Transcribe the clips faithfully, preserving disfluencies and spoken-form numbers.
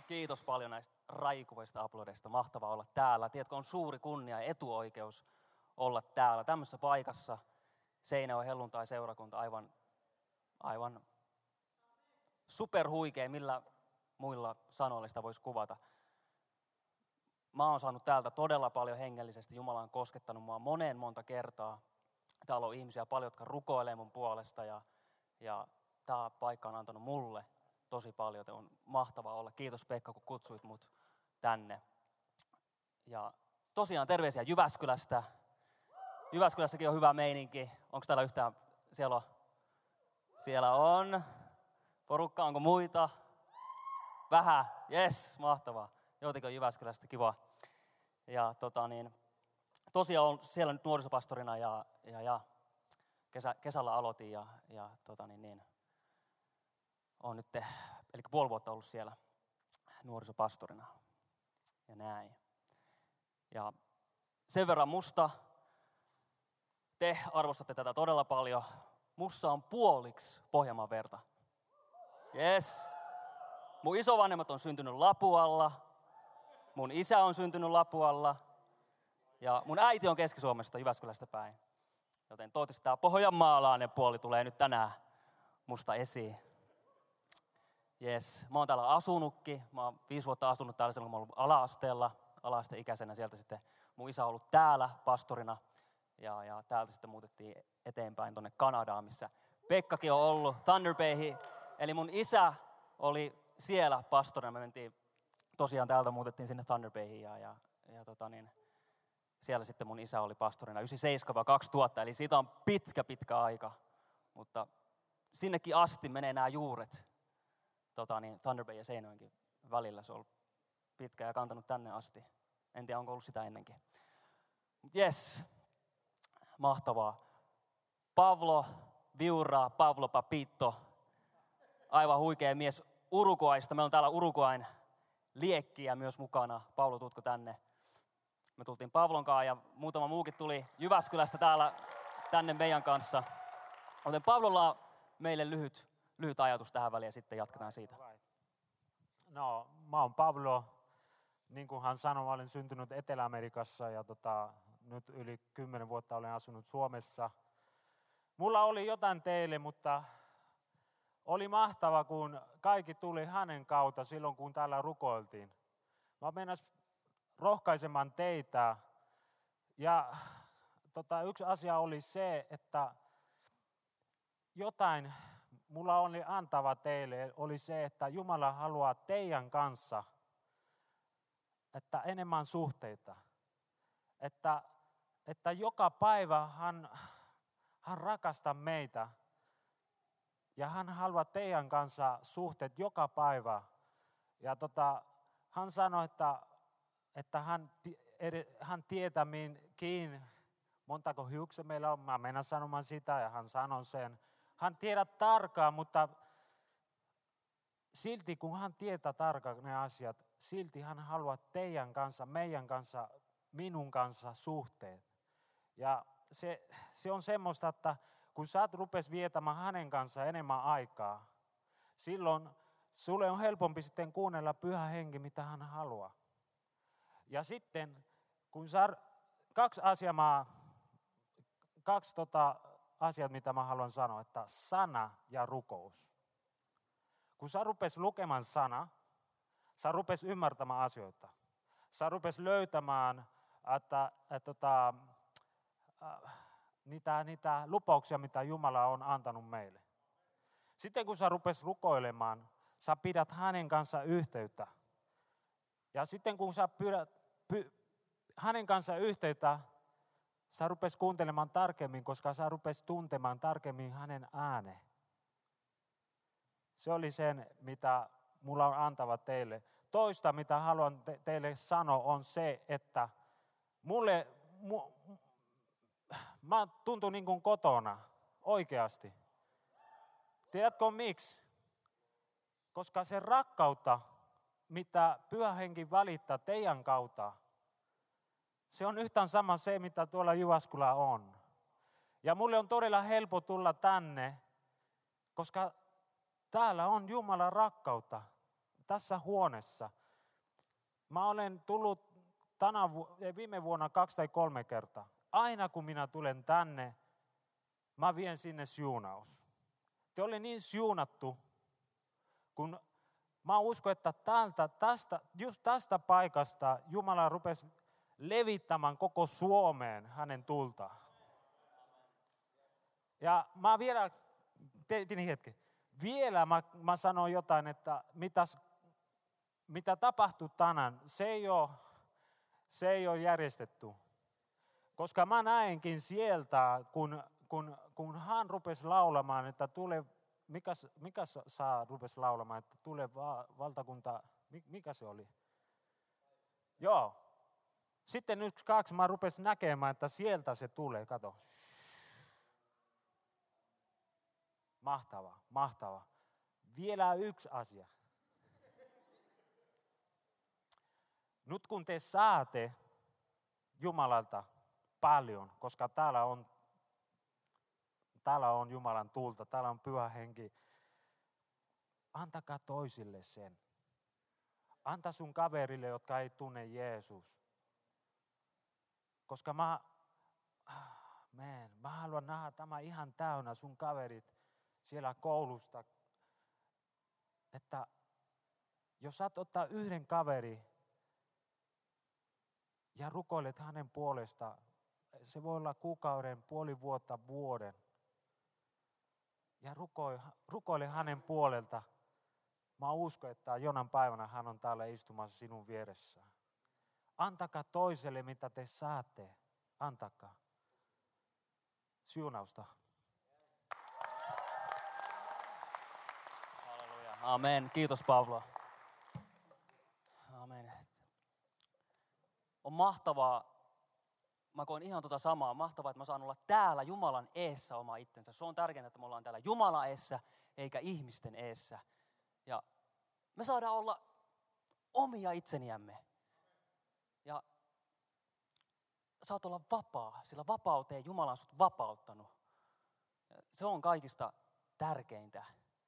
Kiitos paljon näistä raikuvista aplodeista. Mahtavaa olla täällä. Tiedätkö, on suuri kunnia ja etuoikeus olla täällä tämmöisessä paikassa. Seinäjoen helluntai-seurakunta aivan, aivan superhuikea, millä muilla sanoilla sitä voisi kuvata. Mä oon saanut täältä todella paljon hengellisesti. Jumala on koskettanut mua moneen monta kertaa. Täällä on ihmisiä paljon, jotka rukoilee mun puolesta ja, ja tämä paikka on antanut mulle tosi paljon. On mahtavaa olla. Kiitos Pekka, kun kutsuit mut tänne. Ja tosiaan terveisiä Jyväskylästä. Jyväskylässäkin on hyvä meininki. Onko täällä yhtään? Siellä on. Siellä on. Porukka, onko muita? Vähän. Yes, mahtavaa. Joitakin on Jyväskylästä, kiva. Ja tota niin, tosiaan olen siellä nyt nuorisopastorina ja, ja, ja kesä, kesällä aloitin ja, ja tota niin, niin, olen nyt, eli puoli vuotta ollut siellä nuorisopastorina ja näin. Ja sen verran musta, te arvostatte tätä todella paljon, musta on puoliksi Pohjanmaan verta. Yes. Mun isovanhemmat on syntynyt Lapualla, mun isä on syntynyt Lapualla ja mun äiti on Keski-Suomesta Jyväskylästä päin. Joten toivottavasti tämä pohjanmaalainen puoli tulee nyt tänään musta esiin. Yes. Mä oon täällä asunutkin. Mä oon viisi vuotta asunut täällä silloin, kun mä oon ollut ala-asteella, ala-asteikäisenä. Sieltä sitten mun isä on ollut täällä pastorina ja, ja täältä sitten muutettiin eteenpäin tonne Kanadaan, missä Pekkakin on ollut, Thunder Bayhin. Eli mun isä oli siellä pastorina. Me mentiin tosiaan täältä muutettiin sinne Thunder Bayhin ja, ja, ja tota niin, siellä sitten mun isä oli pastorina yhdeksänkymmentäseitsemän kaksituhatta, eli siitä on pitkä pitkä aika, mutta sinnekin asti menee nämä juuret tota niin, Thunder Bay ja Seinäjoenkin välillä. Se on ollut pitkä ja kantanut tänne asti. En tiedä, onko ollut sitä ennenkin. Mutta jes, mahtavaa. Pavlo Viura, Pavlo Papito, aivan huikea mies Uruguaysta. Meillä on täällä Uruguayn liekkiä myös mukana. Paulo, tuutko tänne? Me tultiin Pavlon kanssa ja muutama muukin tuli Jyväskylästä täällä tänne meidän kanssa. Joten Pavlolla on meille lyhyt, lyhyt ajatus tähän väliin ja sitten jatketaan siitä. No, mä oon Pablo. Niin kuin hän sanoi, mä olen syntynyt Etelä-Amerikassa ja tota, nyt yli kymmenen vuotta olen asunut Suomessa. Mulla oli jotain teille, mutta oli mahtava, kun kaikki tuli hänen kautta silloin, kun täällä rukoiltiin. Mä menas rohkaisemaan teitä. Ja tota, yksi asia oli se, että jotain mulla oli antava teille, oli se, että Jumala haluaa teidän kanssa, että enemmän suhteita. Että, että joka päivä hän, hän rakastaa meitä. Ja hän haluaa teidän kanssa suhteet joka päivä. Ja tota, hän sanoi, että, että hän, hän tietää minkin, montako hiuksia meillä on. Mä menen sanomaan sitä ja hän sanoi sen. Hän tiedää tarkkaan, mutta silti kun hän tietää tarkkaan ne asiat, silti hän haluaa teidän kanssa, meidän kanssa, minun kanssa suhteet. Ja se, se on semmoista, että kun sä rupes vietämään hänen kanssa enemmän aikaa, silloin sulle on helpompi sitten kuunnella Pyhä Henki, mitä hän haluaa. Ja sitten, kun sä, kaksi asiaa, mä, kaksi tota asiat, mitä mä haluan sanoa, että sana ja rukous. Kun sä rupes lukemaan sana, sä rupes ymmärtämään asioita. Sä rupes löytämään, että, että, että äh, Niitä, niitä lupauksia, mitä Jumala on antanut meille. Sitten kun sä rupes rukoilemaan, sä pidät hänen kanssa yhteyttä. Ja sitten kun sä pidät py, hänen kanssa yhteyttä, sä rupes kuuntelemaan tarkemmin, koska sä rupes tuntemaan tarkemmin hänen äänen. Se oli sen, mitä mulla on antava teille. Toista, mitä haluan te- teille sanoa, on se, että mulle... Mu, Mä tuntun niin kuin kotona, oikeasti. Tiedätkö miksi? Koska se rakkautta, mitä Pyhä Henki välittää teidän kautta, se on yhtään sama se, mitä tuolla Jyväskylä on. Ja mulle on todella helppo tulla tänne, koska täällä on Jumalan rakkautta. tässä huoneessa. Mä olen tullut tänä vu- viime vuonna kaksi tai kolme kertaa. Aina kun minä tulen tänne, mä vien sinne siunaus. Te olette niin siunattu, kun mä uskon, että täältä, tästä, just tästä paikasta Jumala rupesi levittämään koko Suomeen hänen tultaan. Ja mä vielä, pieni hetki, vielä mä, mä sanon jotain, että mitäs, mitä tapahtuu tänään, se ei ole, se ei ole järjestetty. Koska mä näenkin sieltä, kun, kun, kun hän rupesi laulamaan, että tulee, mikä, mikä saa rupesi laulamaan, että tulee va, valtakunta, mikä se oli? Joo. Sitten yksi, kaksi mä rupesin näkemään, että sieltä se tulee, kato. Mahtava, mahtava. Vielä yksi asia. Nyt kun te saatte Jumalalta paljon, koska täällä on, täällä on Jumalan tulta, täällä on Pyhä Henki, antakaa toisille sen. Anta sun kaverille, jotka ei tunne Jeesus. Koska mä, man, mä haluan nähdä tämä ihan täynnä sun kaverit siellä koulusta. Että jos saat ottaa yhden kaveri ja rukoilet hänen puolesta, se voi olla kuukauden, puoli vuotta, vuoden. Ja rukoile, rukoile hänen puolelta. Mä uskon, että jonain päivänä hän on täällä istumassa sinun vieressä. Antakaa toiselle, mitä te saatte. Antakaa. Siunausta. Halleluja. Amen. Kiitos Pavlo. Amen. On mahtavaa, mä koen ihan tota samaa, mahtavaa, että mä saan olla täällä Jumalan eessä oma itsensä. Se on tärkeintä, että me ollaan täällä Jumalan eessä, eikä ihmisten eessä. Ja me saadaan olla omia itseniämme. Ja saat olla vapaa, sillä vapauteen Jumala on sut vapauttanut. Se on kaikista tärkeintä.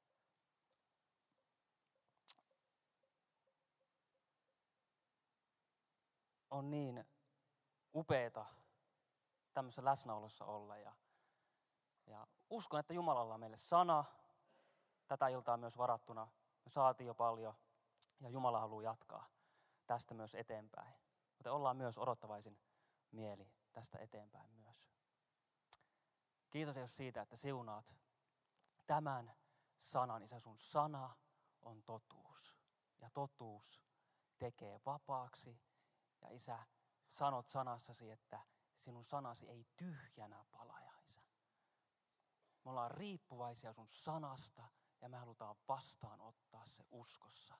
On niin upeeta tämmöisessä läsnäolossa olla. Ja, ja uskon, että Jumalalla on meille sana. Tätä iltaa myös varattuna. Me saatiin jo paljon ja Jumala haluaa jatkaa tästä myös eteenpäin. Mutta ollaan myös odottavaisin mieli tästä eteenpäin myös. Kiitos Jeesus siitä, että siunaat tämän sanan. Isä, sun sana on totuus. Ja totuus tekee vapaaksi. Ja Isä, sanot sanassasi, että sinun sanasi ei tyhjänä palaja, Isä. Me ollaan riippuvaisia sun sanasta ja me halutaan vastaanottaa se uskossa.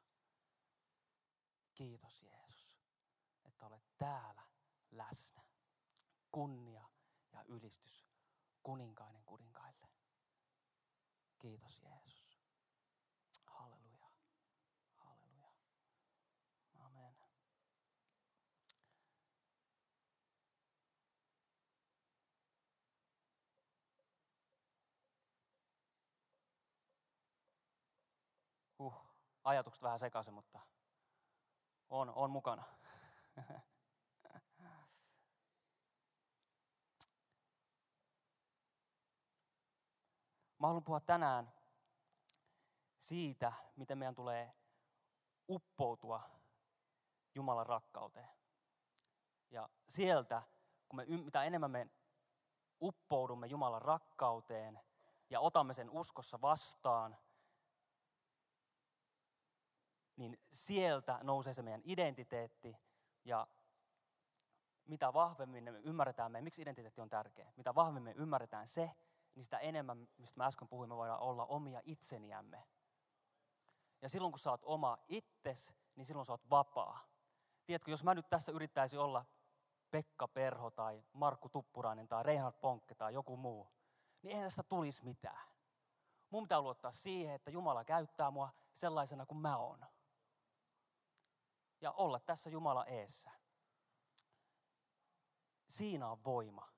Kiitos Jeesus, että olet täällä läsnä. Kunnia ja ylistys kuninkainen kuninkaille. Kiitos Jeesus. Halleluja. Halleluja. Amen. Huh, ajatukset vähän sekaisin, mutta on, on mukana. Mä haluan puhua tänään siitä, miten meidän tulee uppoutua Jumalan rakkauteen. Ja sieltä, kun me, mitä enemmän me uppoudumme Jumalan rakkauteen ja otamme sen uskossa vastaan, niin sieltä nousee se meidän identiteetti ja mitä vahvemmin me ymmärretään meidän, miksi identiteetti on tärkeä, mitä vahvemmin me ymmärretään se, niin sitä enemmän, mistä mä äsken puhuin, me voidaan olla omia itseniämme. Ja silloin kun sä oot oma itses, niin silloin sä oot vapaa. Tiedätkö, jos mä nyt tässä yrittäisin olla Pekka Perho tai Markku Tuppurainen tai Reinhard Ponkke tai joku muu, niin eihän tästä tulisi mitään. Mun pitää luottaa siihen, että Jumala käyttää mua sellaisena kuin mä oon. Ja olla tässä Jumala eessä. Siinä on voima.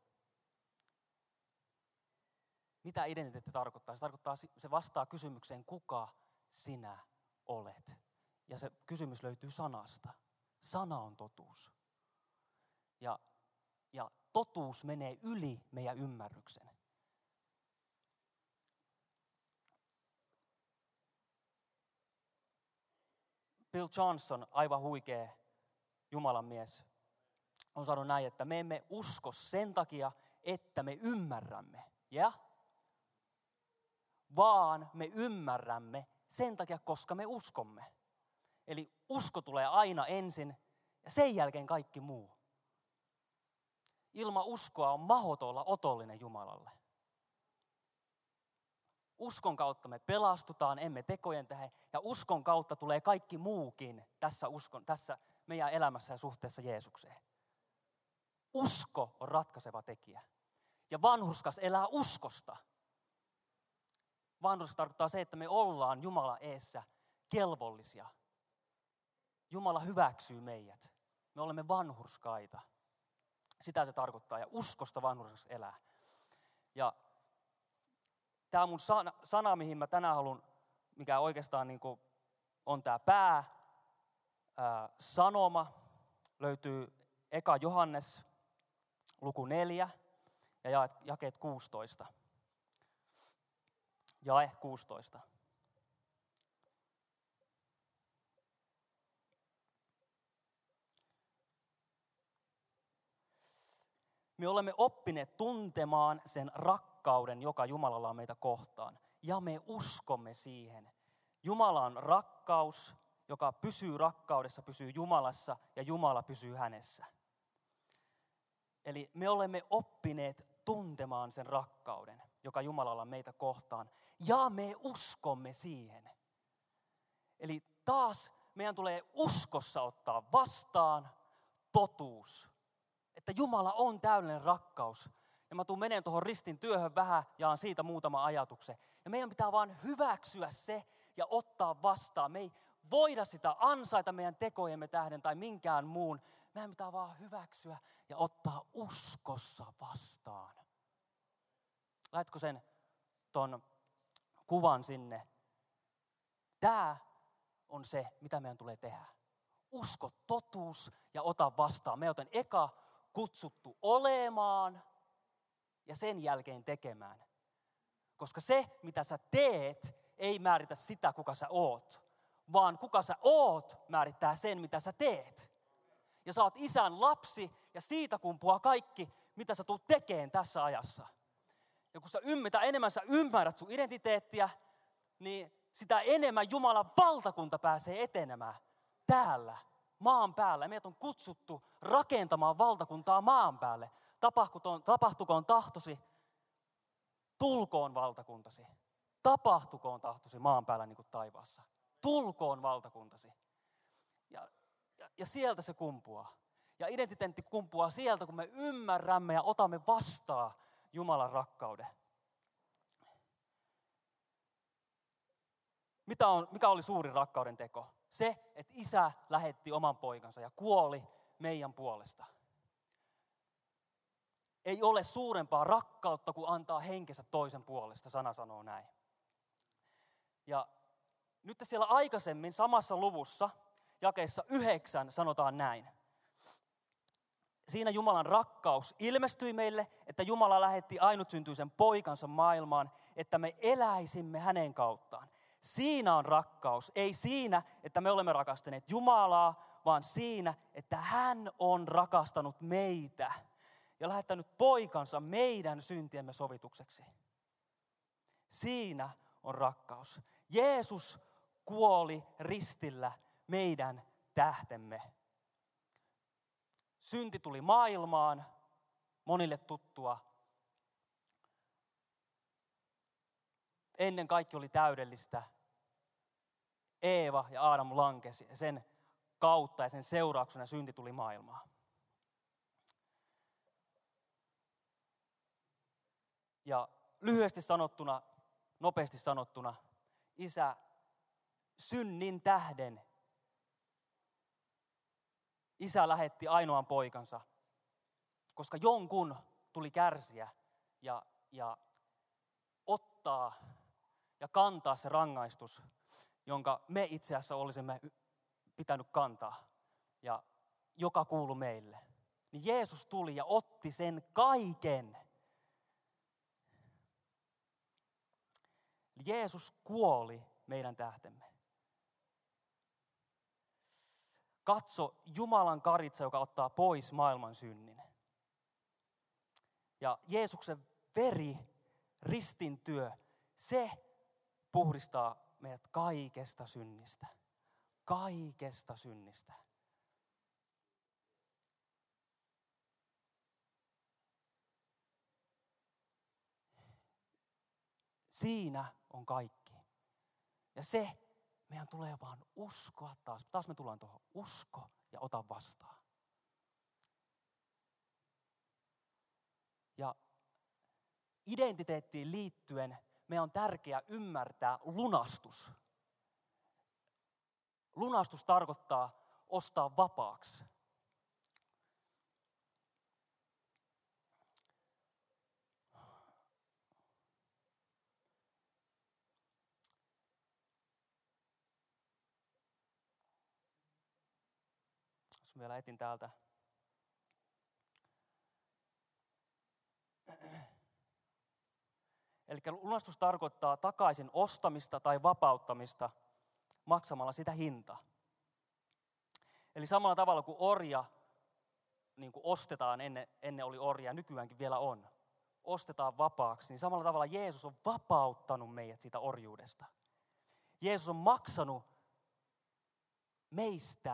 Mitä identiteetti tarkoittaa? Se tarkoittaa, se vastaa kysymykseen, kuka sinä olet. ja se kysymys löytyy sanasta. Sana on totuus. Ja, ja totuus menee yli meidän ymmärryksen. Bill Johnson, aivan huikea Jumalan mies, on sanonut näin, että me emme usko sen takia, että me ymmärrämme. Ja? Vaan me ymmärrämme sen takia, koska me uskomme. Eli usko tulee aina ensin ja sen jälkeen kaikki muu. Ilman uskoa on mahdoton olla otollinen Jumalalle. Uskon kautta me pelastutaan, emme tekojen tähden, ja uskon kautta tulee kaikki muukin tässä, uskon, tässä meidän elämässä ja suhteessa Jeesukseen. Usko on ratkaiseva tekijä. Ja vanhurskas elää uskosta. Vanhurskas tarkoittaa se, että me ollaan Jumalan eessä kelvollisia. Jumala hyväksyy meidät. Me olemme vanhurskaita. Sitä se tarkoittaa, ja uskosta vanhurskas elää. Ja tämä mun sana, sana, mihin mä tänään haluan, mikä oikeastaan niin kuin on tämä pää, ää, sanoma, löytyy eka Johannes, luku neljä ja jakeet kuusitoista. Jae kuusitoista. Me olemme oppineet tuntemaan sen rakkauden, joka Jumalalla on meitä kohtaan. Ja me uskomme siihen. Jumala on rakkaus, joka pysyy rakkaudessa, pysyy Jumalassa ja Jumala pysyy hänessä. Eli me olemme oppineet tuntemaan sen rakkauden, joka Jumalalla on meitä kohtaan. Ja me uskomme siihen. Eli taas meidän tulee uskossa ottaa vastaan totuus. Että Jumala on täydellinen rakkaus. Ja mä tuun meneen tuohon ristin työhön vähän, jaan siitä muutama ajatuksen. Ja meidän pitää vaan hyväksyä se ja ottaa vastaan. Me ei voida sitä ansaita meidän tekojemme tähden tai minkään muun. Meidän pitää vaan hyväksyä ja ottaa uskossa vastaan. Lähetkö sen ton kuvan sinne? Tämä on se, mitä meidän tulee tehdä. Usko totuus ja ota vastaan. Me otan eka kutsuttu olemaan ja sen jälkeen tekemään. Koska se, mitä sä teet, ei määritä sitä, kuka sä oot. Vaan kuka sä oot, määrittää sen, mitä sä teet. Ja sä oot isän lapsi ja siitä kumpuaa kaikki, mitä sä tulet tekemään tässä ajassa. Ja kun sä ymmärrät, enemmän sä ymmärrät sun identiteettiä, niin sitä enemmän Jumalan valtakunta pääsee etenemään täällä, maan päällä. Meidät on kutsuttu rakentamaan valtakuntaa maan päälle. Tapahtukoon, tapahtukoon tahtosi, tulkoon valtakuntasi. Tapahtukoon tahtosi maan päällä niin kuin taivaassa. Tulkoon valtakuntasi. Ja, ja, ja sieltä se kumpuaa. Ja identiteetti kumpuaa sieltä, kun me ymmärrämme ja otamme vastaan Jumalan rakkauden. Mitä on, mikä oli suurin rakkauden teko? Se, että isä lähetti oman poikansa ja kuoli meidän puolesta. Ei ole suurempaa rakkautta kuin antaa henkensä toisen puolesta, sana sanoo näin. Ja nyt siellä aikaisemmin samassa luvussa, jakeessa yhdeksän, sanotaan näin. Siinä Jumalan rakkaus ilmestyi meille, että Jumala lähetti ainutsyntyisen poikansa maailmaan, että me eläisimme hänen kauttaan. Siinä on rakkaus, ei siinä, että me olemme rakastaneet Jumalaa, vaan siinä, että hän on rakastanut meitä ja lähettänyt poikansa meidän syntiemme sovitukseksi. Siinä on rakkaus. Jeesus kuoli ristillä meidän tähtemme. Synti tuli maailmaan, monille tuttua. Ennen kaikki oli täydellistä. Eeva ja Aadam lankesi ja sen kautta ja sen seurauksena synti tuli maailmaan. Ja lyhyesti sanottuna, nopeasti sanottuna, isä synnin tähden, isä lähetti ainoan poikansa, koska jonkun tuli kärsiä ja, ja ottaa ja kantaa se rangaistus, jonka me itse asiassa olisimme pitänyt kantaa ja joka kuului meille. Niin Jeesus tuli ja otti sen kaiken. Jeesus kuoli meidän tähtemme. Katso Jumalan karitsa, joka ottaa pois maailman synnin. Ja Jeesuksen veri, ristin työ, se puhdistaa meidät kaikesta synnistä. Kaikesta synnistä. Siinä on kaikki. Ja se meidän tulee vaan uskoa taas. Taas me tullaan tuohon usko ja ota vastaan. Ja identiteettiin liittyen meidän on tärkeää ymmärtää lunastus. Lunastus tarkoittaa ostaa vapaaksi. Jos vielä etin täältä. Eli lunastus tarkoittaa takaisin ostamista tai vapauttamista maksamalla sitä hintaa. Eli samalla tavalla kuin orja niin kuin ostetaan, ennen, ennen oli orja, nykyäänkin vielä on, ostetaan vapaaksi, niin samalla tavalla Jeesus on vapauttanut meidät siitä orjuudesta. Jeesus on maksanut meistä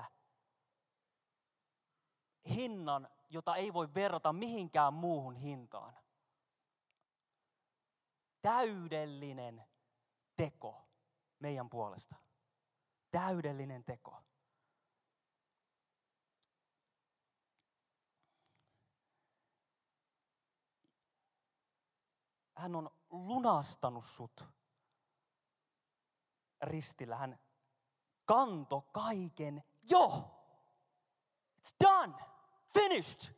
hinnan, jota ei voi verrata mihinkään muuhun hintaan. Täydellinen teko meidän puolesta. Täydellinen teko. Hän on lunastanut sut ristillä. Hän kantoi kaiken jo. It's done. Finished.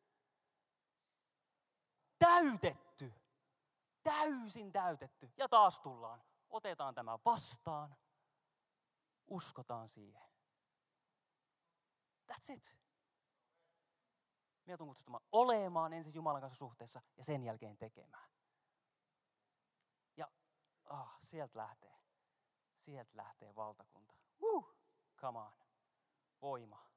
Täytetty. Täysin täytetty. Ja taas tullaan. Otetaan tämä vastaan. Uskotaan siihen. That's it. Minä tulen kutsumaan olemaan ensin Jumalan kanssa suhteessa ja sen jälkeen tekemään. Ja ah, sieltä lähtee. Sieltä lähtee valtakunta. Woo! Come on. Voima.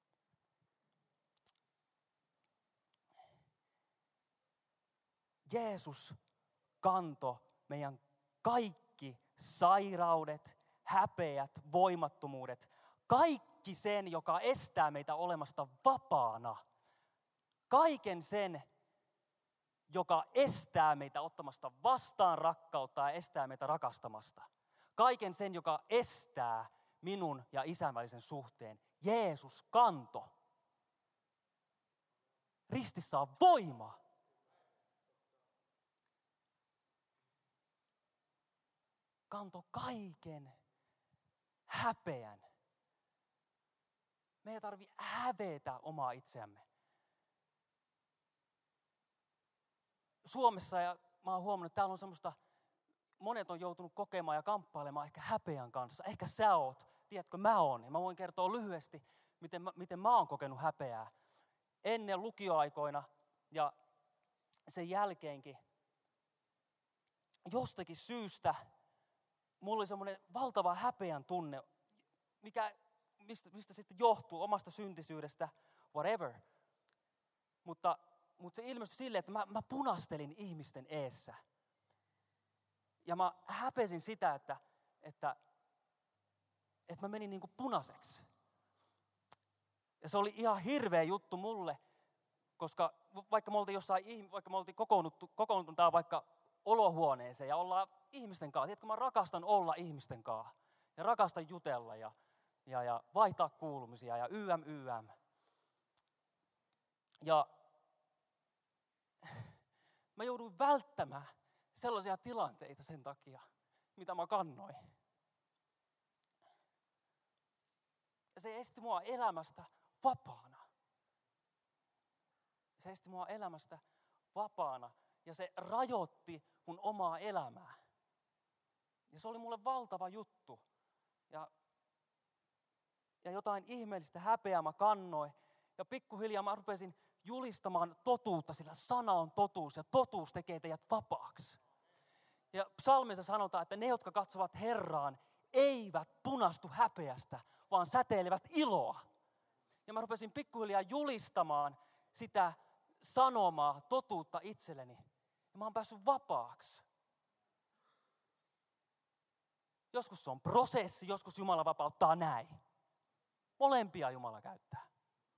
Jeesus kanto meidän kaikki sairaudet, häpeät, voimattomuudet. Kaikki sen, joka estää meitä olemasta vapaana. Kaiken sen, joka estää meitä ottamasta vastaan rakkautta ja estää meitä rakastamasta. Kaiken sen, joka estää minun ja Isän välisen suhteen. Jeesus kanto. Ristissä on voima. Kanto kaiken häpeän. Me ei tarvitse hävetä omaa itseämme. Suomessa, ja mä oon huomannut, että täällä on semmoista, monet on joutunut kokemaan ja kamppailemaan ehkä häpeän kanssa. Ehkä sä oot, tiedätkö, mä oon. Ja mä voin kertoa lyhyesti, miten mä, miten mä oon kokenut häpeää. Ennen lukioaikoina ja sen jälkeenkin jostakin syystä mulla oli semmoinen valtava häpeän tunne, mikä, mistä, mistä sitten johtuu omasta syntisyydestä, whatever. Mutta, mutta se ilmestyi silleen, että mä, mä punastelin ihmisten eessä. Ja mä häpesin sitä, että, että, että mä menin niin kuin punaiseksi. Ja se oli ihan hirveä juttu mulle, koska vaikka me oltiin jossain, vaikka me oltiin kokoonnuttu, kokoonnuttu täällä vaikka olohuoneeseen ja ollaan ihmisten kanssa. Tiedätkö, mä rakastan olla ihmisten kanssa ja rakastan jutella ja, ja, ja vaihtaa kuulumisia ja ym ym. Ja mä jouduin välttämään sellaisia tilanteita sen takia, mitä mä kannoin. Ja se esti mua elämästä vapaana. Se esti mua elämästä vapaana. Ja se rajoitti mun omaa elämää. Ja se oli mulle valtava juttu. Ja ja jotain ihmeellistä häpeää mä kannoin. Ja pikkuhiljaa mä rupesin julistamaan totuutta, sillä sana on totuus ja totuus tekee teidät vapaaksi. Ja psalmissa sanotaan, että ne, jotka katsovat Herraan, eivät punastu häpeästä, vaan säteilevät iloa. Ja mä rupesin pikkuhiljaa julistamaan sitä sanomaa, totuutta itselleni. Ja mä oon päässyt vapaaksi. Joskus se on prosessi, joskus Jumala vapauttaa näin. Molempia Jumala käyttää.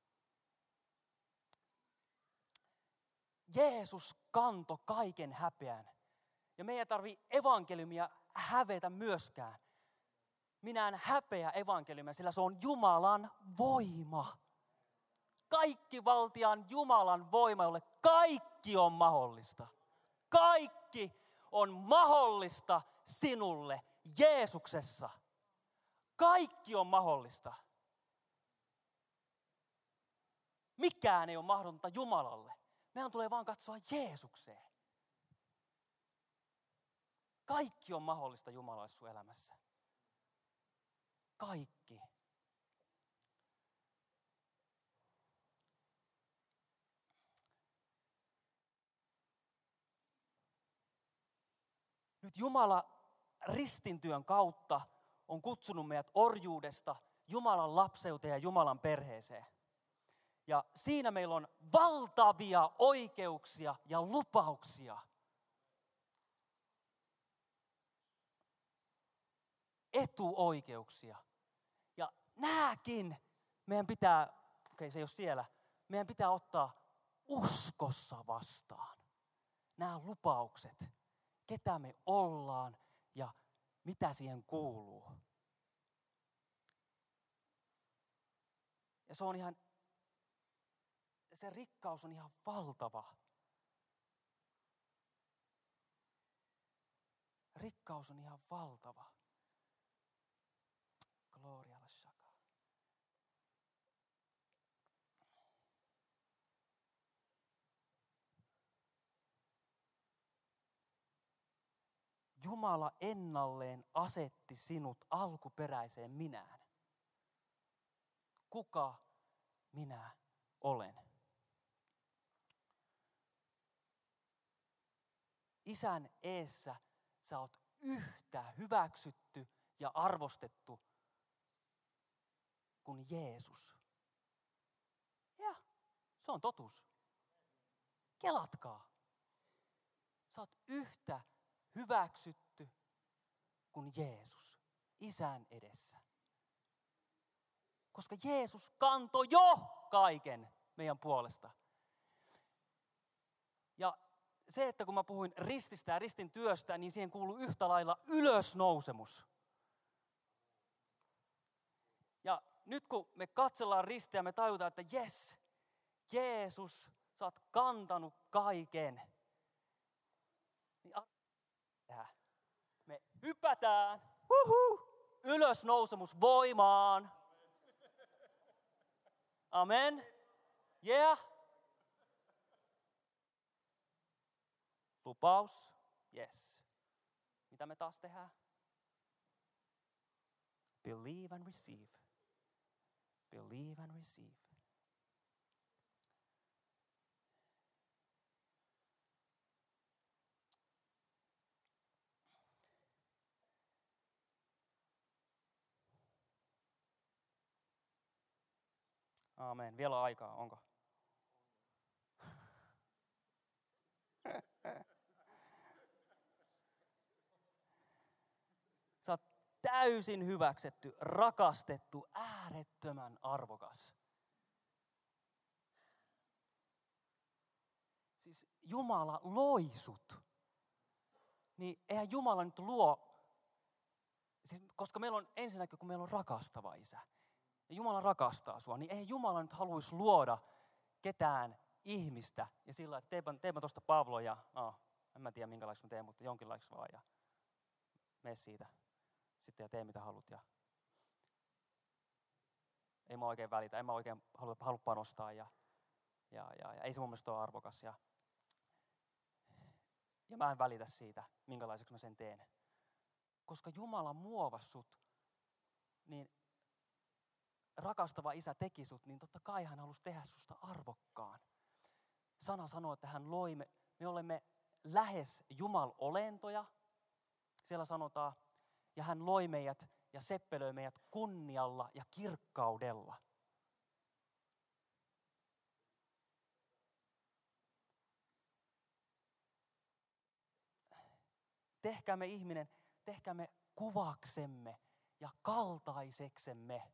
Jeesus kantoi kaiken häpeän. Ja meidän ei tarvitse evankeliumia hävetä myöskään. Minä en häpeä evankeliumia, sillä se on Jumalan voima. Kaikki valtiaan Jumalan voima, jolle kaikki on mahdollista. Kaikki on mahdollista sinulle Jeesuksessa. Kaikki on mahdollista. Mikään ei ole mahdotonta Jumalalle. Meidän tulee vaan katsoa Jeesukseen. Kaikki on mahdollista Jumalalle sun elämässä. Kaikki. Nyt Jumala ristintyön kautta on kutsunut meidät orjuudesta Jumalan lapseuteen ja Jumalan perheeseen. Ja siinä meillä on valtavia oikeuksia ja lupauksia. Etuoikeuksia. Ja nääkin meidän pitää, okei okay, se ei ole siellä, meidän pitää ottaa uskossa vastaan. Nämä lupaukset, ketä me ollaan ja mitä siihen kuuluu. Ja se on ihan, se rikkaus on ihan valtava. Rikkaus on ihan valtava. Gloria alla shaka. Jumala ennalleen asetti sinut alkuperäiseen minään. Kuka minä olen? Isän eessä sä oot yhtä hyväksytty ja arvostettu kuin Jeesus. Ja se on totuus. Kelatkaa. Sä oot yhtä hyväksytty kuin Jeesus Isän edessä. Koska Jeesus kantoi jo kaiken meidän puolesta. Ja se, että kun mä puhuin rististä ja ristin työstä, niin siihen kuuluu yhtä lailla ylösnousemus. Ja nyt kun me katsellaan ristiä, me tajutaan, että jes, Jeesus, sä oot kantanut kaiken. Niin me hypätään, huhu, ylösnousemus voimaan. Amen. Yeah. Lupaus. Yes. Mitä me taas tehdään? Believe and receive. Believe and receive. Amen. Vielä on aikaa, onko? Sä oot täysin hyväksytty, rakastettu, äärettömän arvokas. Siis Jumala loi sut. Niin eihän Jumala nyt luo, siis koska meillä on ensinnäkin, kun meillä on rakastava isä. Ja Jumala rakastaa sua, niin eihän Jumala nyt haluaisi luoda ketään ihmistä. Ja sillä että teepä, teepä tuosta Pavlo ja, no, en mä tiedä minkälaiseksi mä teen, mutta jonkinlaiseksi vaan. Ja mene siitä sitten ja tee mitä haluat. Ja ei mä oikein välitä, en mä oikein halua, halua panostaa. Ja, ja, ja, ja ei se mun mielestä ole arvokas. Ja, ja mä en välitä siitä, minkälaiseksi mä sen teen. Koska Jumala muovasi sut, niin rakastava isä teki sut, niin totta kai hän halusi tehdä susta arvokkaan. Sana sanoo, että hän loi, me, me olemme lähes Jumal-olentoja, siellä sanotaan, ja hän loi meidät ja seppelöi meidät kunnialla ja kirkkaudella. Tehkäämme ihminen, tehkäämme kuvaksemme ja kaltaiseksemme.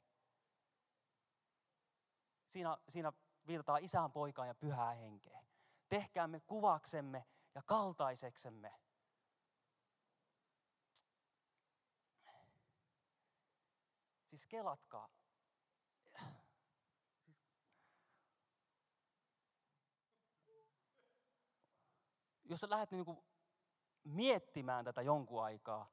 Siinä, siinä viitataan Isään, Poikaan ja Pyhään Henkeen. Tehkäämme kuvaksemme ja kaltaiseksemme. Siis kelatkaa. Jos sä lähdet niinku miettimään tätä jonkun aikaa.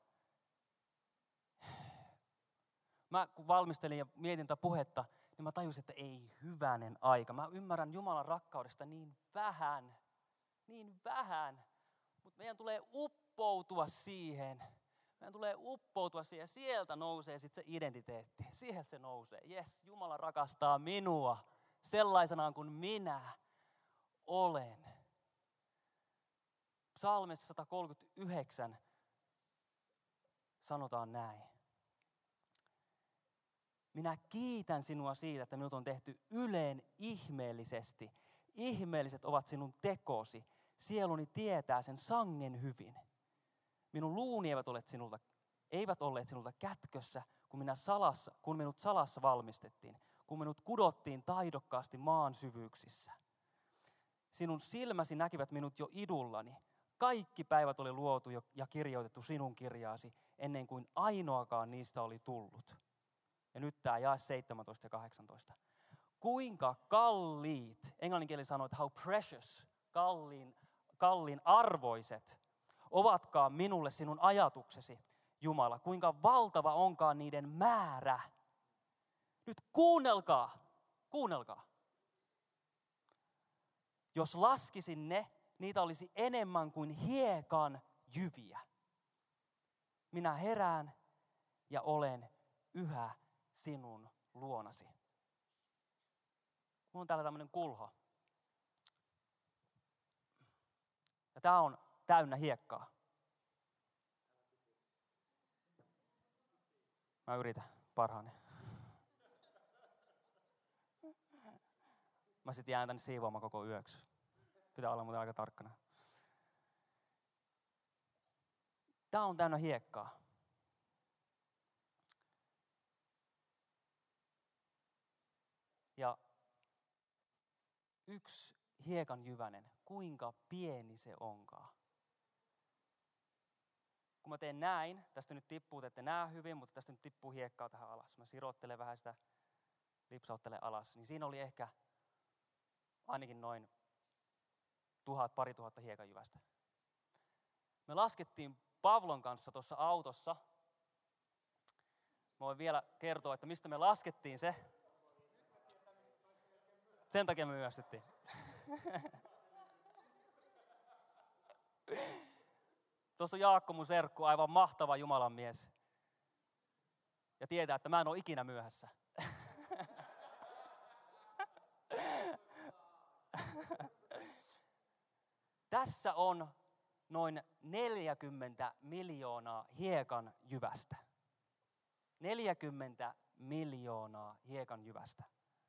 Mä kun valmistelin ja mietin tätä puhetta, niin mä tajusin, että ei hyvänen aika. Mä ymmärrän Jumalan rakkaudesta niin vähän, niin vähän. Mutta meidän tulee uppoutua siihen. Meidän tulee uppoutua siihen ja sieltä nousee sitten se identiteetti. Sieltä se nousee. Jes, Jumala rakastaa minua sellaisenaan kuin minä olen. Psalmissa sata kolmekymmentäyhdeksän sanotaan näin. Minä kiitän sinua siitä, että minut on tehty yleen ihmeellisesti. Ihmeelliset ovat sinun tekosi. Sieluni tietää sen sangen hyvin. Minun luuni eivät, ole sinulta, eivät olleet sinulta kätkössä, kun, minä salassa, kun minut salassa valmistettiin. Kun minut kudottiin taidokkaasti maan syvyyksissä. Sinun silmäsi näkivät minut jo idullani. Kaikki päivät oli luotu ja kirjoitettu sinun kirjaasi, ennen kuin ainoakaan niistä oli tullut. Ja nyt tämä jae seitsemäntoista ja kahdeksantoista. Kuinka kalliit, englanninkieli sanoo, että how precious, kalliin, kalliin arvoiset, ovatkaan minulle sinun ajatuksesi, Jumala. Kuinka valtava onkaan niiden määrä. Nyt kuunnelkaa, kuunnelkaa. Jos laskisin ne, niitä olisi enemmän kuin hiekan jyviä. Minä herään ja olen yhä sinun luonasi. Mulla on täällä tämmöinen kulho. Ja tää on täynnä hiekkaa. Mä yritän parhaani. Mä sit jään tänne siivoamaan koko yöksi. Pitää olla muuten aika tarkkana. Tää on täynnä hiekkaa. Ja yksi hiekan jyvänen, kuinka pieni se onkaan. Kun mä teen näin, tästä nyt tippuu, te ette näe hyvin, mutta tästä nyt tippuu hiekkaa tähän alas. Mä sirottelen vähän sitä, lipsauttelen alas. Niin siinä oli ehkä ainakin noin tuhat, pari tuhatta hiekanjyvästä. Me laskettiin Pavlon kanssa tuossa autossa. Mä voin vielä kertoa, että mistä me laskettiin se. Sen takia me myöstyttiin. Tuossa on Jaakko, mun serkku, aivan mahtava Jumalan mies. Ja tietää, että mä en ole ikinä myöhässä. Tässä on noin neljäkymmentä miljoonaa hiekan jyvästä. neljäkymmentä miljoonaa hiekan jyvästä.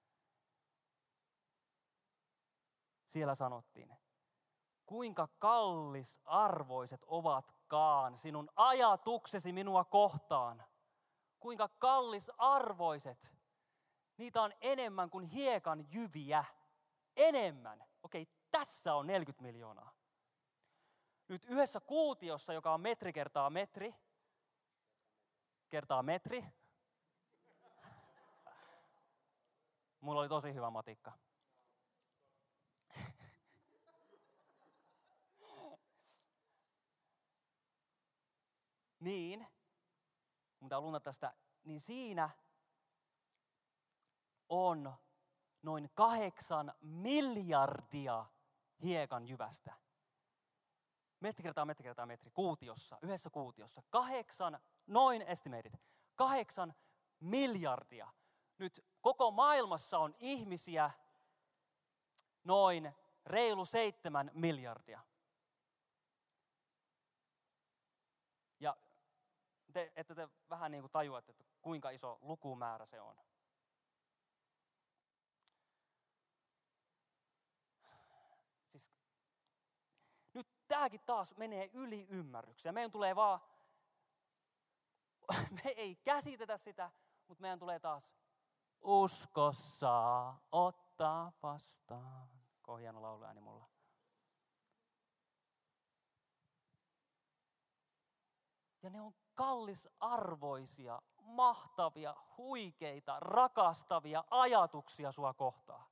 Siellä sanottiin, kuinka kallisarvoiset ovatkaan sinun ajatuksesi minua kohtaan. Kuinka kallisarvoiset. Niitä on enemmän kuin hiekan jyviä. Enemmän. Okei, tässä on neljäkymmentä miljoonaa. Nyt yhdessä kuutiossa, joka on metri kertaa metri, kertaa metri. Mulla oli tosi hyvä matikka. Niin, mun pitää lunnata tästä, niin siinä on noin kahdeksan miljardia hiekan jyvästä. Metri kertaa metri kertaa metri, kuutiossa, yhdessä kuutiossa. Kahdeksan, noin estimated, kahdeksan miljardia. Nyt Koko maailmassa on ihmisiä noin reilu seitsemän miljardia. Ja te, että te vähän niin kuin tajuatte, että kuinka iso lukumäärä se on. Siis, nyt tämäkin taas menee yli ymmärrykseen. Meidän tulee vaan, me ei käsitetä sitä, mutta meidän tulee taas uskossa ottaa vastaan. Ko hieno lauluääni mulla. Ja ne on kallisarvoisia, mahtavia, huikeita, rakastavia ajatuksia sua kohtaan.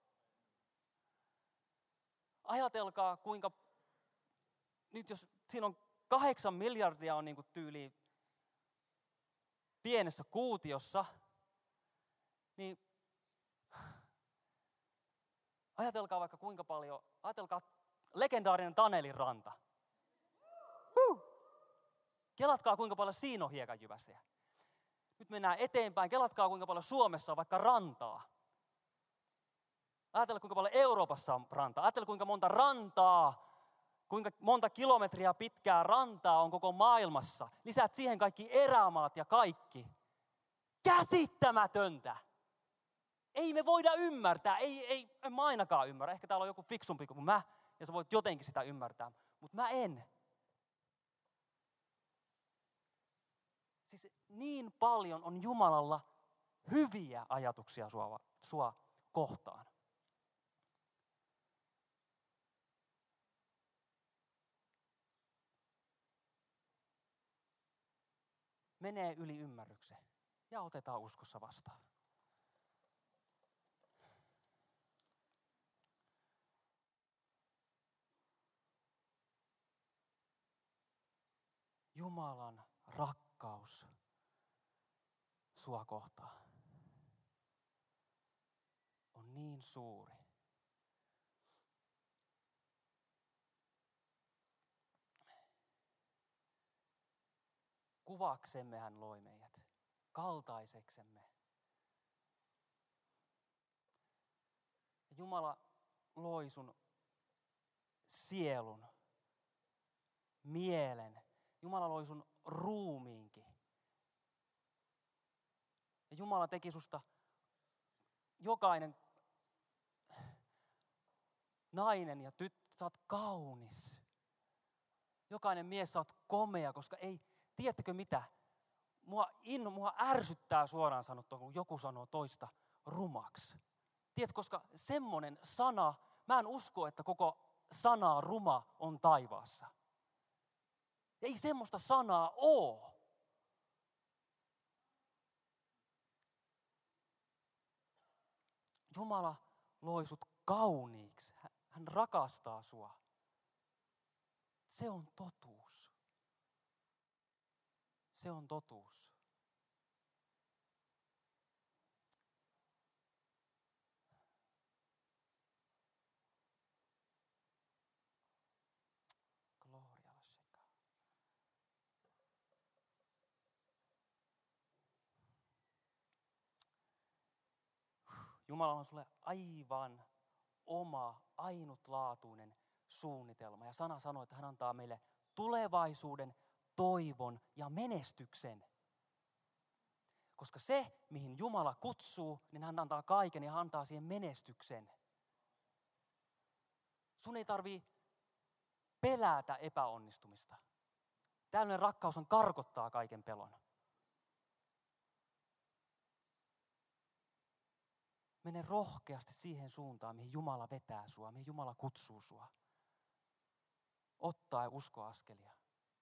Ajatelkaa kuinka, nyt jos siinä on kahdeksan miljardia on niin kuin tyyliin pienessä kuutiossa, niin ajatelkaa vaikka kuinka paljon, ajatelkaa legendaarinen Tanelin ranta. Huh. Kelatkaa kuinka paljon siinä on hiekanjyväsiä. Nyt mennään eteenpäin, kelatkaa kuinka paljon Suomessa on vaikka rantaa. Ajatelkaa kuinka paljon Euroopassa on rantaa. Ajatelkaa kuinka monta rantaa, kuinka monta kilometriä pitkää rantaa on koko maailmassa. Lisäät siihen kaikki erämaat ja kaikki. Käsittämätöntä! Ei me voida ymmärtää, ei, ei, en mä ainakaan ymmärrä. Ehkä täällä on joku fiksumpi kuin mä, ja sä voit jotenkin sitä ymmärtää. Mutta mä en. Siis niin paljon on Jumalalla hyviä ajatuksia sua, sua kohtaan. Menee yli ymmärryksen ja otetaan uskossa vastaan. Jumalan rakkaus sua kohtaan on niin suuri. Kuvaksemme hän loi meidät, kaltaiseksemme. Jumala loi sun sielun, mielen. Jumala loi sun ruumiinkin. Ja Jumala teki susta jokainen nainen ja tyttö, sä oot kaunis. Jokainen mies, sä oot komea, koska ei, tiedättekö mitä? Mua, in, mua ärsyttää suoraan sanottua, kun joku sanoo toista rumaksi. Tiedätkö, koska semmoinen sana, mä en usko, että koko sana ruma on taivaassa. Ei semmoista sanaa oo. Jumala loi sut kauniiksi. Hän rakastaa sua. Se on totuus. Se on totuus. Jumala on sulle aivan oma, ainutlaatuinen suunnitelma. Ja sana sanoo, että hän antaa meille tulevaisuuden, toivon ja menestyksen. Koska se, mihin Jumala kutsuu, niin hän antaa kaiken ja hän antaa siihen menestyksen. Sun ei tarvii pelätä epäonnistumista. Tällainen rakkaus on karkottaa kaiken pelon. Mene rohkeasti siihen suuntaan, mihin Jumala vetää sua, mihin Jumala kutsuu sua. Ottaa ja usko askelia.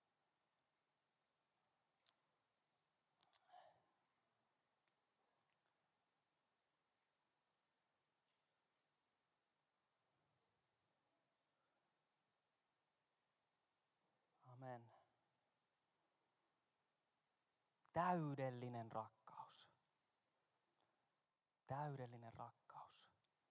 Amen. Täydellinen rakkaus. Täydellinen rakkaus.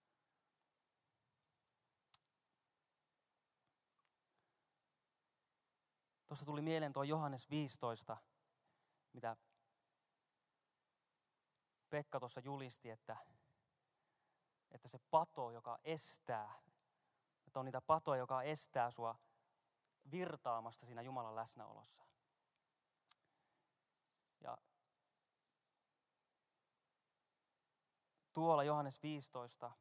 Tuossa tuli mieleen tuo Johannes viisitoista, mitä Pekka tuossa julisti, että että se pato, joka estää, että on niitä patoja, joka estää sua virtaamasta siinä Jumalan läsnäolossa. Ja tuolla Johannes viisitoista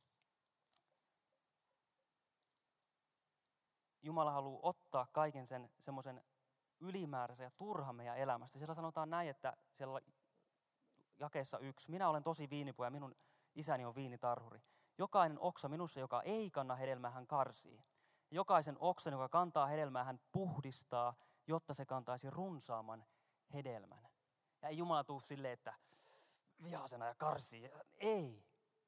Jumala haluaa ottaa kaiken sen semmoisen ylimääräisen ja turhan meidän elämästä. Siellä sanotaan näin, että siellä jakeessa yksi, minä olen tosi viinipuu ja minun isäni on viinitarhuri. Jokainen oksa minussa, joka ei kanna hedelmää, hän karsii. Jokaisen oksan, joka kantaa hedelmää, hän puhdistaa, jotta se kantaisi runsaamman hedelmän. Ja ei Jumala tule silleen, että vihasena ja karsii. Ei.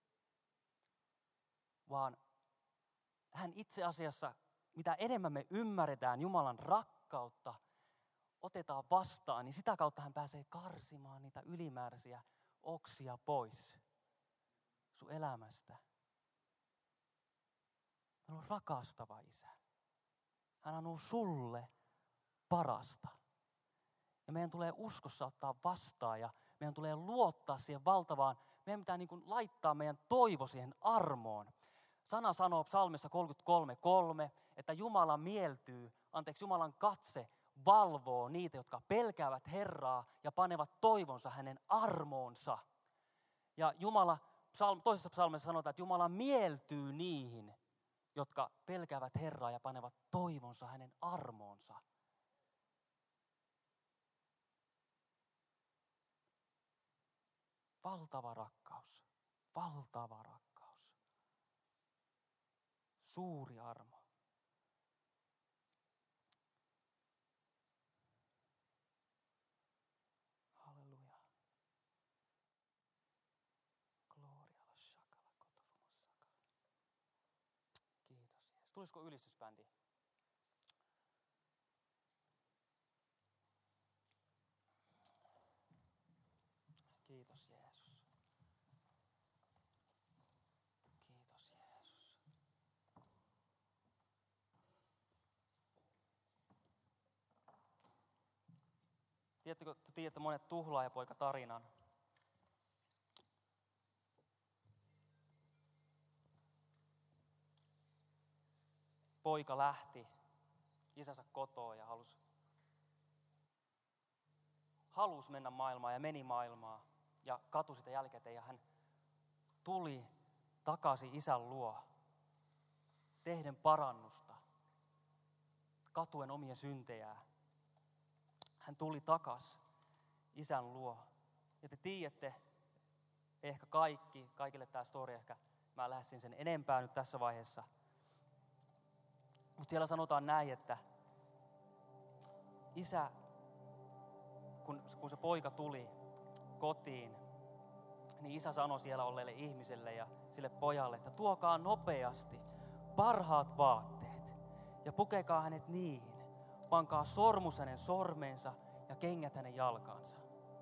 Vaan hän itse asiassa, mitä enemmän me ymmärretään Jumalan rakkautta, otetaan vastaan, niin sitä kautta hän pääsee karsimaan niitä ylimääräisiä oksia pois sun elämästä. Hän on rakastava isä. Hän anoo sulle parasta. Ja meidän tulee uskossa ottaa vastaan ja meidän tulee luottaa siihen valtavaan. Meidän pitää niin kuin laittaa meidän toivo siihen armoon. Sana sanoo psalmissa kolmekymmentäkolme kolme, että Jumala mieltyy, anteeksi Jumalan katse valvoo niitä, jotka pelkäävät Herraa ja panevat toivonsa hänen armoonsa. Ja Jumala, toisessa psalmissa sanotaan, että Jumala mieltyy niihin, jotka pelkäävät Herraa ja panevat toivonsa hänen armoonsa. Valtava rakkaus, valtava rakkaus. Suuri armo. Halleluja. Gloria alla shakala kotofumossaka. Kiitos Jeesus. Tulisiko ylistysbändi? Kiitos Jeesus. Kiitos Jeesus. Tiedättekö, te tiedätte monet tuhlaajapoika tarinan. Poika lähti isänsä kotoa ja halusi, halusi mennä maailmaan ja meni maailmaan ja katui sitä jälkikäteen ja hän tuli takaisin isän luo tehden parannusta, katuen omia syntejään. Hän tuli takaisin isän luo. Ja te tiedätte, ehkä kaikki, kaikille tämä story, ehkä mä lähden sen enempää nyt tässä vaiheessa. Mutta siellä sanotaan näin, että isä, kun, kun se poika tuli kotiin, niin isä sanoi siellä olleille ihmiselle ja sille pojalle, että tuokaa nopeasti parhaat vaatteet ja pukekaa hänet niihin. Pankaa sormus hänen sormeensa ja kengät hänen jalkaansa.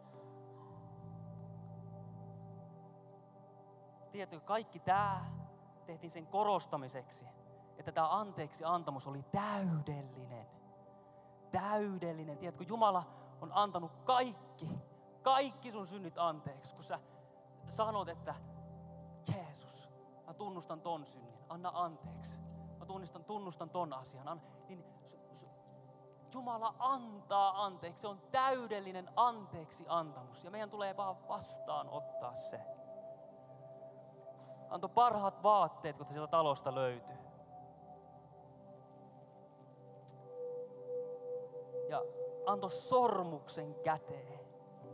Tiedätkö, kaikki tämä tehtiin sen korostamiseksi, että tämä anteeksi antamus oli täydellinen. Täydellinen. Tiedätkö, Jumala on antanut kaikki, kaikki sun synnit anteeksi, kun sä sanot, että Jeesus, mä tunnustan ton synnin, anna anteeksi. Mä tunnustan, tunnustan ton asian. An, niin su, su, Jumala antaa anteeksi. Se on täydellinen anteeksi antamus. Ja meidän tulee vaan vastaan ottaa se. Antoi parhaat vaatteet, kun se sieltä talosta löytyi. Ja antoi sormuksen käteen.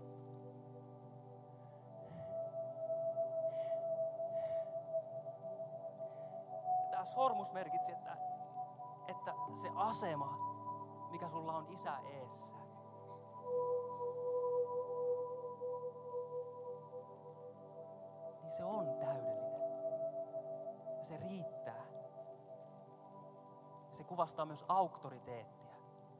Tämä sormus merkitsi, että, että se asema, mikä sulla on isä eessä. Niin se on täydellinen. Ja se riittää. Se kuvastaa myös auktoriteettia.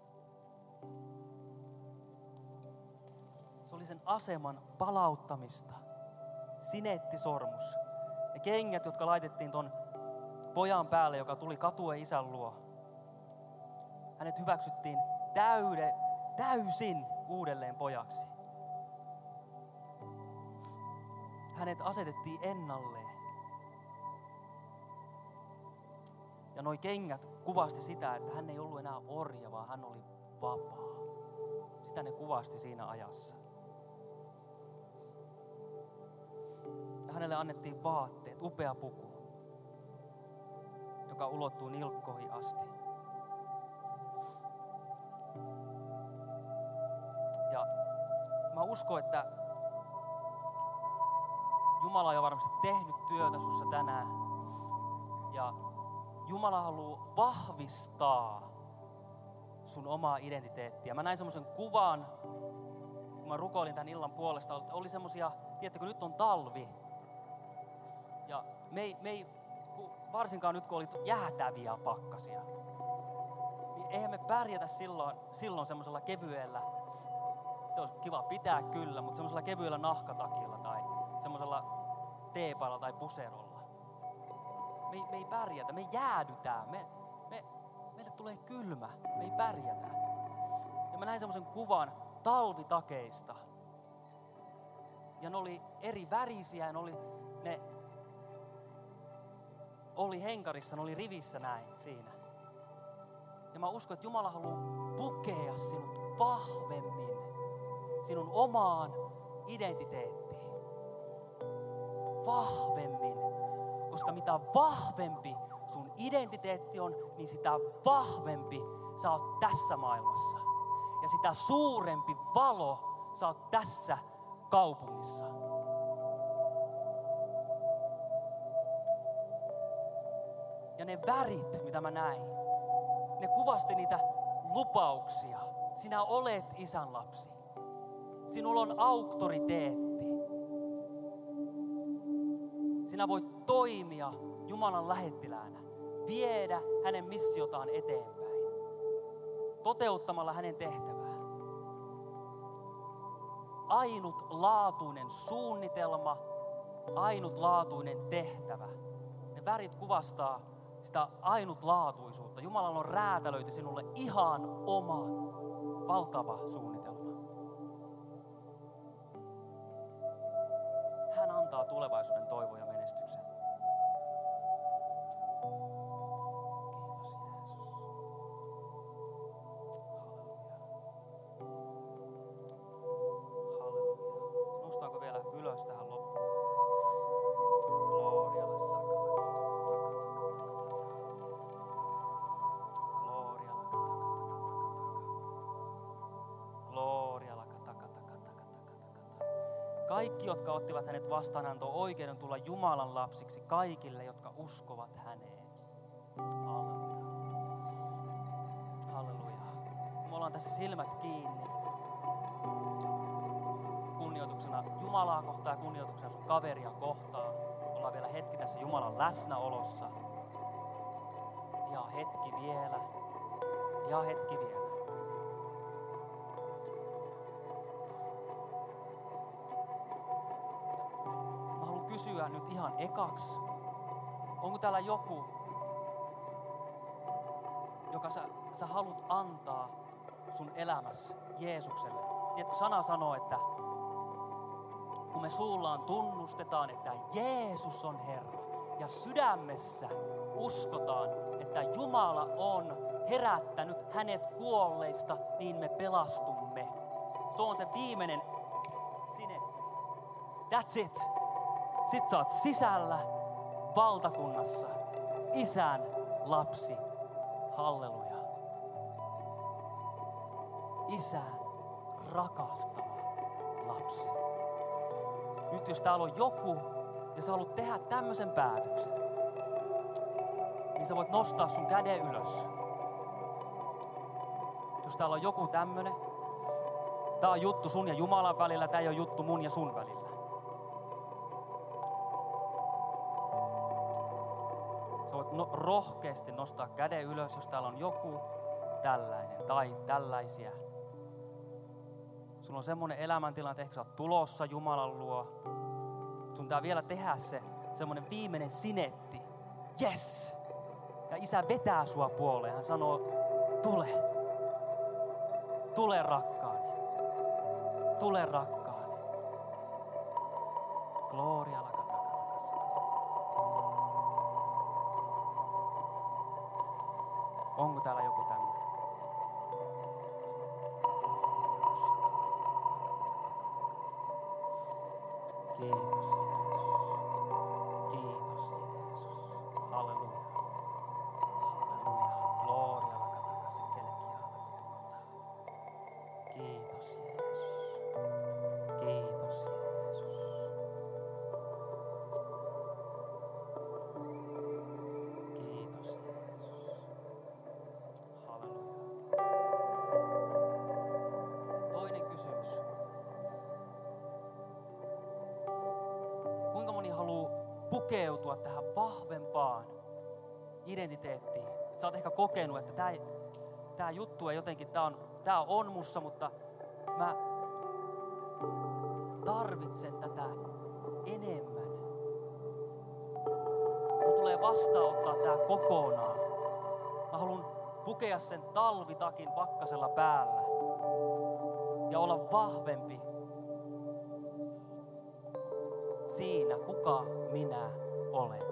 Se oli sen aseman palauttamista. Sineettisormus. Ne kengät, jotka laitettiin ton pojan päälle, joka tuli katua isän luo. Hänet hyväksyttiin täyde, täysin uudelleen pojaksi. Hänet asetettiin ennalleen. Ja noi kengät kuvasti sitä, että hän ei ollut enää orja, vaan hän oli vapaa. Sitä ne kuvasti siinä ajassa. Ja hänelle annettiin vaatteet, upea puku, joka ulottuu nilkkoihin asti. Ja mä uskon, että Jumala on jo varmasti tehnyt työtä sussa tänään. Ja Jumala haluaa vahvistaa sun omaa identiteettiä. Mä näin semmoisen kuvan, kun mä rukoilin tämän illan puolesta. Oli semmosia, tiedättekö, nyt on talvi. Ja me ei, me ei, varsinkaan nyt kun oli jäätäviä pakkasia, niin eihän me pärjätä silloin, silloin semmoisella kevyellä, sitä olisi kiva pitää kyllä, mutta semmoisella kevyellä nahkatakilla tai semmoisella teepailla tai puserolla. Me ei, me ei pärjätä, me jäädytään, me, me, meille tulee kylmä, me ei pärjätä. Ja mä näin semmoisen kuvan talvitakeista. Ja ne oli eri värisiä ja ne oli, ne oli henkarissa, ne oli rivissä näin siinä. Ja mä uskon, että Jumala haluaa pukea sinut vahvemmin sinun omaan identiteettiin. Vahvemmin. Koska mitä vahvempi sun identiteetti on, niin sitä vahvempi sä oot tässä maailmassa. Ja sitä suurempi valo sä oot tässä kaupungissa. Ja ne värit, mitä mä näin, ne kuvasti niitä lupauksia. Sinä olet isän lapsi. Sinulla on auktoriteetti. Sinä voit toimia Jumalan lähettiläänä, viedä hänen missiotaan eteenpäin, toteuttamalla hänen tehtävää. Ainutlaatuinen suunnitelma, ainutlaatuinen tehtävä. Ne värit kuvastaa sitä ainutlaatuisuutta. Jumalalla on räätälöity sinulle ihan oma valtava suunnitelma. Hän antaa tulevaisuuden toivon ja menestyksen. Kiitos Jeesus. Halleluja. Noustaanko vielä ylös tähän loppuun? Glorialla sakala. Glorialla Glorialla Kaikki, jotka ottivat hänet vastaan, antoi oikeuden tulla Jumalan lapsiksi kaikille, jotka uskovat häneen. Halleluja. Halleluja. Me ollaan tässä silmät kiinni. Kunnioituksena Jumalaa kohtaan ja kunnioituksena sun kaveria kohtaan. Ollaan vielä hetki tässä Jumalan läsnäolossa. Ja hetki vielä. Ja hetki vielä. Kysyä nyt ihan ekaksi, onko täällä joku, joka sä, sä haluat antaa sun elämässä Jeesukselle? Tiedätkö, sana sanoo, että kun me suullaan tunnustetaan, että Jeesus on Herra ja sydämessä uskotaan, että Jumala on herättänyt hänet kuolleista, niin me pelastumme. Se on se viimeinen sinetti. That's it. Sitten sä oot sisällä valtakunnassa, isän lapsi. Halleluja. Isän rakastava lapsi. Nyt jos täällä on joku ja sä haluat tehdä tämmöisen päätöksen, niin sä voit nostaa sun käden ylös. Jos täällä on joku tämmönen, tää on juttu sun ja Jumalan välillä, tää ei ole juttu mun ja sun välillä. No, rohkeasti nostaa käden ylös, jos täällä on joku tällainen tai tällaisia. Sulla on semmoinen elämäntilanne, että ehkä sä oot tulossa Jumalan luo. Sun tää vielä tehdä se semmoinen viimeinen sinetti. Yes! Ja isä vetää sua puoleen. Hän sanoo, tule. Tule rakkaani. Tule rakkaani. Gloria la. Onko täällä joku tämmöinen? Kiitos Jeesus. Kiitos Jeesus. Halleluja. Halleluja. Gloria lakataka kelekia lakotokota. Kiitos Jeesus. Kiitos Jeesus. Kiitos Jeesus. Halleluja. Toinen kysymys. Kuinka moni haluaa pukeutua tähän vahvempaan identiteettiin? Et sä oot ehkä kokenut, että tää, tää juttu ei jotenkin, tää on, tää on mussa, mutta mä tarvitsen tätä enemmän. Mun tulee vastaanottaa tää kokonaan. Mä haluan pukea sen talvitakin pakkasella päällä ja olla vahvempi siinä, kuka minä olen.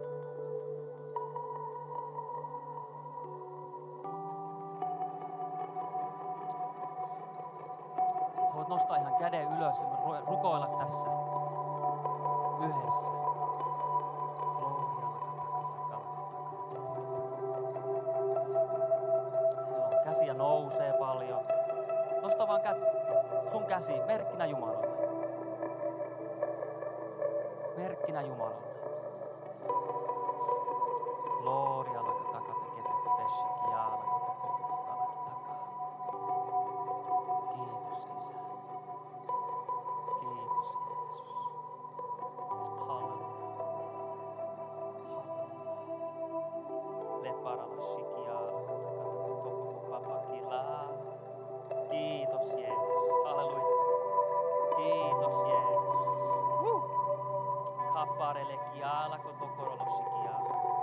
Sä voit nostaa ihan käden ylös ja me rukoilla tässä yhdessä. Gloria lakatakassa kalkatakalla. Joo, käsiä nousee paljon. Nosta vaan kä- sun käsi merkkinä Jumalalle. Merkkinä Jumalalle. Gloria lakataka tekete peshikia lakotokofukalaki takaa. Kiitos Isä. Kiitos Jeesus. Halleluja. Halleluja. Leparala shikia lakataka tokofupapakila. Kiitos Jeesus. Halleluja. Kiitos Jeesus. Woo! Kapparele kiala kotokorolo shikia.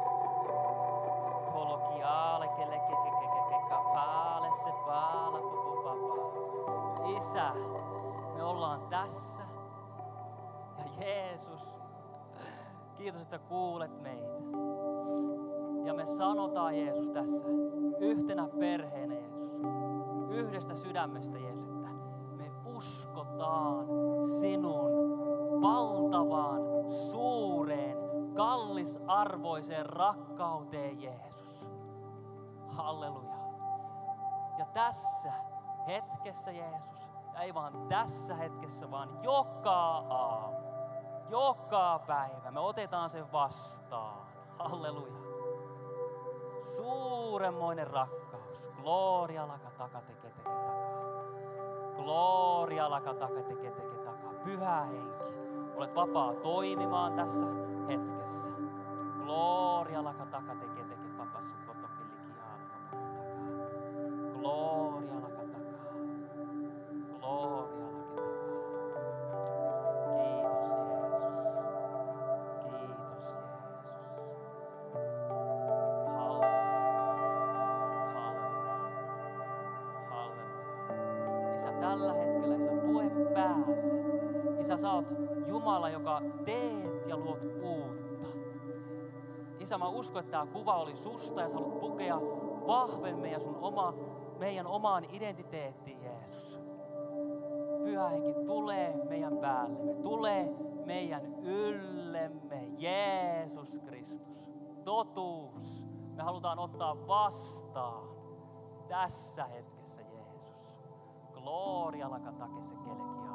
Kolo kiale kele keke keke keke kapale se baala papa. Isä, me ollaan tässä. Ja Jeesus, kiitos, että sä kuulet meitä. Ja me sanotaan Jeesus tässä yhtenä perheenä Jeesus. Yhdestä sydämestä Jeesus, että me uskotaan sinun valtavaan, suureen, kallisarvoiseen rakkauteen, Jeesus. Halleluja. Ja tässä hetkessä, Jeesus, ja ei vaan tässä hetkessä, vaan joka aamu, joka päivä me otetaan sen vastaan. Halleluja. Suuremmoinen rakkaus. Gloria lakataka teke teke takaa. Gloria lakataka teke teke takaa. Pyhä henki. Olet vapaa toimimaan tässä hetkessä. Gloria lakataka teke teke papassu kotokilikiaala papakotaka. Gloria lakataka. Gloria lakataka. Kiitos Jeesus. Kiitos Jeesus. Halleluja. Halleluja. Halleluja. Isä, tällä hetkellä Isä, pue päälle. Isä, sä oot Jumala, joka teet ja luot uutta. Isä, mä uskon, että tämä kuva oli susta ja sä haluat pukea vahvemmin ja sun oma, meidän omaan identiteettiin, Jeesus. Pyhä henki tulee meidän päällemme, tulee meidän yllemme, Jeesus Kristus. Totuus. Me halutaan ottaa vastaan tässä hetkessä, Jeesus. Gloria lakatake se kelekia.